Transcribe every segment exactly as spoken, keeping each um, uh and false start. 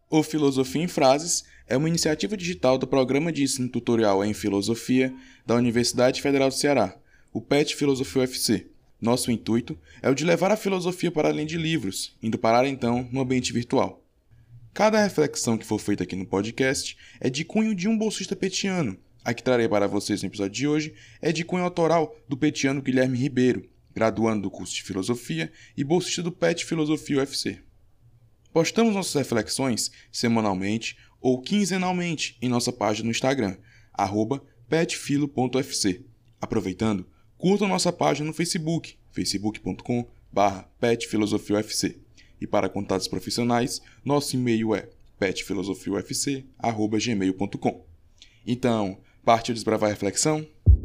O Filosofia em Frases é uma iniciativa digital do Programa de Ensino Tutorial em Filosofia da Universidade Federal do Ceará, o P E T Filosofia U F C. Nosso intuito é o de levar a filosofia para além de livros, indo parar então no ambiente virtual. Cada reflexão que for feita aqui no podcast é de cunho de um bolsista petiano. A que trarei para vocês no episódio de hoje é de cunho autoral do petiano Guilherme Ribeiro, graduando do curso de Filosofia e bolsista do P E T Filosofia U F C. Postamos nossas reflexões semanalmente ou quinzenalmente em nossa página no Instagram, arroba petfilo ponto u f c. Aproveitando, curtam nossa página no Facebook, facebook ponto com barra petfilosofia u f c. E para contatos profissionais, nosso e-mail é petfilosofia u f c arroba gmail ponto com. Então, partiu desbravar a reflexão?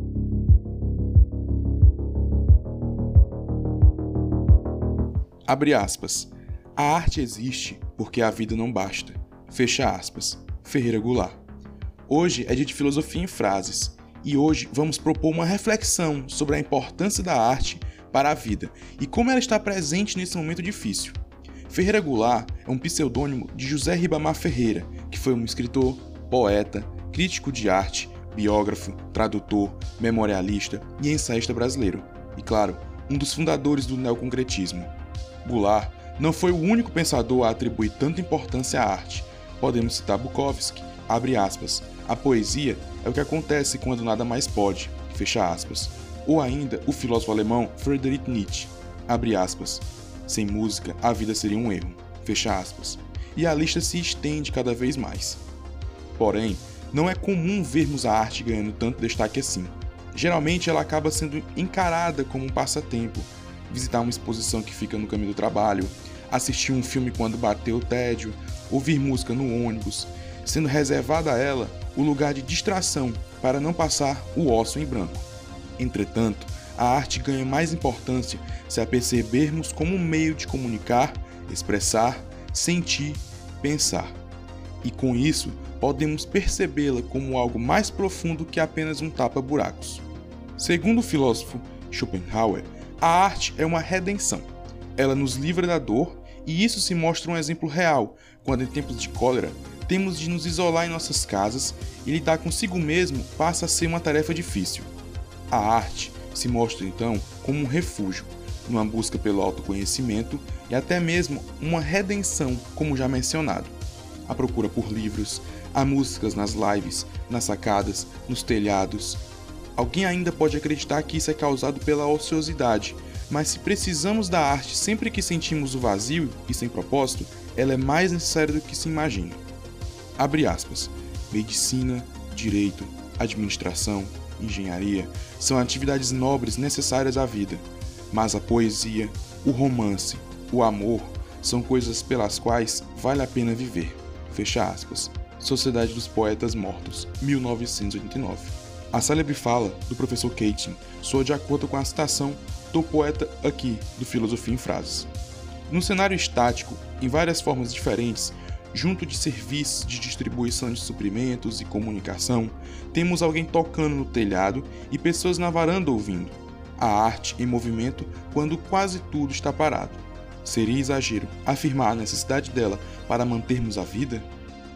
Abre aspas. A arte existe porque a vida não basta. Fecha aspas. Ferreira Goulart. Hoje é dia de filosofia em frases, e hoje vamos propor uma reflexão sobre a importância da arte para a vida e como ela está presente nesse momento difícil. Ferreira Goulart é um pseudônimo de José Ribamar Ferreira, que foi um escritor, poeta, crítico de arte, biógrafo, tradutor, memorialista e ensaísta brasileiro. E, claro, um dos fundadores do neoconcretismo. Goulart não foi o único pensador a atribuir tanta importância à arte. Podemos citar Bukowski, abre aspas, a poesia é o que acontece quando nada mais pode, fecha aspas. Ou ainda o filósofo alemão Friedrich Nietzsche, abre aspas, sem música a vida seria um erro, fecha aspas. E a lista se estende cada vez mais. Porém, não é comum vermos a arte ganhando tanto destaque assim. Geralmente ela acaba sendo encarada como um passatempo, visitar uma exposição que fica no caminho do trabalho, assistir um filme quando bateu o tédio, ouvir música no ônibus, sendo reservada a ela o lugar de distração para não passar o ócio em branco. Entretanto, a arte ganha mais importância se a percebermos como um meio de comunicar, expressar, sentir, pensar. E com isso, podemos percebê-la como algo mais profundo que apenas um tapa-buracos. Segundo o filósofo Schopenhauer, a arte é uma redenção. Ela nos livra da dor, e isso se mostra um exemplo real, quando em tempos de cólera, temos de nos isolar em nossas casas e lidar consigo mesmo passa a ser uma tarefa difícil. A arte se mostra então como um refúgio, numa busca pelo autoconhecimento e até mesmo uma redenção, como já mencionado. A procura por livros, há músicas nas lives, nas sacadas, nos telhados. Alguém ainda pode acreditar que isso é causado pela ociosidade, mas se precisamos da arte sempre que sentimos o vazio e sem propósito, ela é mais necessária do que se imagina. Abre aspas. Medicina, direito, administração, engenharia são atividades nobres necessárias à vida, mas a poesia, o romance, o amor são coisas pelas quais vale a pena viver. Fecha aspas. Sociedade dos Poetas Mortos, mil novecentos e oitenta e nove. A célebre fala do professor Keating soa de acordo com a citação do poeta aqui, do Filosofia em Frases. No cenário estático, em várias formas diferentes, junto de serviços de distribuição de suprimentos e comunicação, temos alguém tocando no telhado e pessoas na varanda ouvindo. A arte em movimento quando quase tudo está parado. Seria exagero afirmar a necessidade dela para mantermos a vida?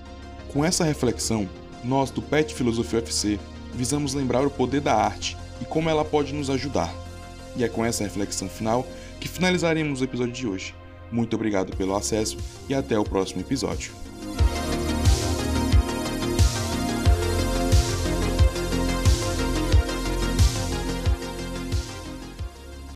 Com essa reflexão, nós do P E T Filosofia U F C visamos lembrar o poder da arte e como ela pode nos ajudar. E é com essa reflexão final que finalizaremos o episódio de hoje. Muito obrigado pelo acesso e até o próximo episódio.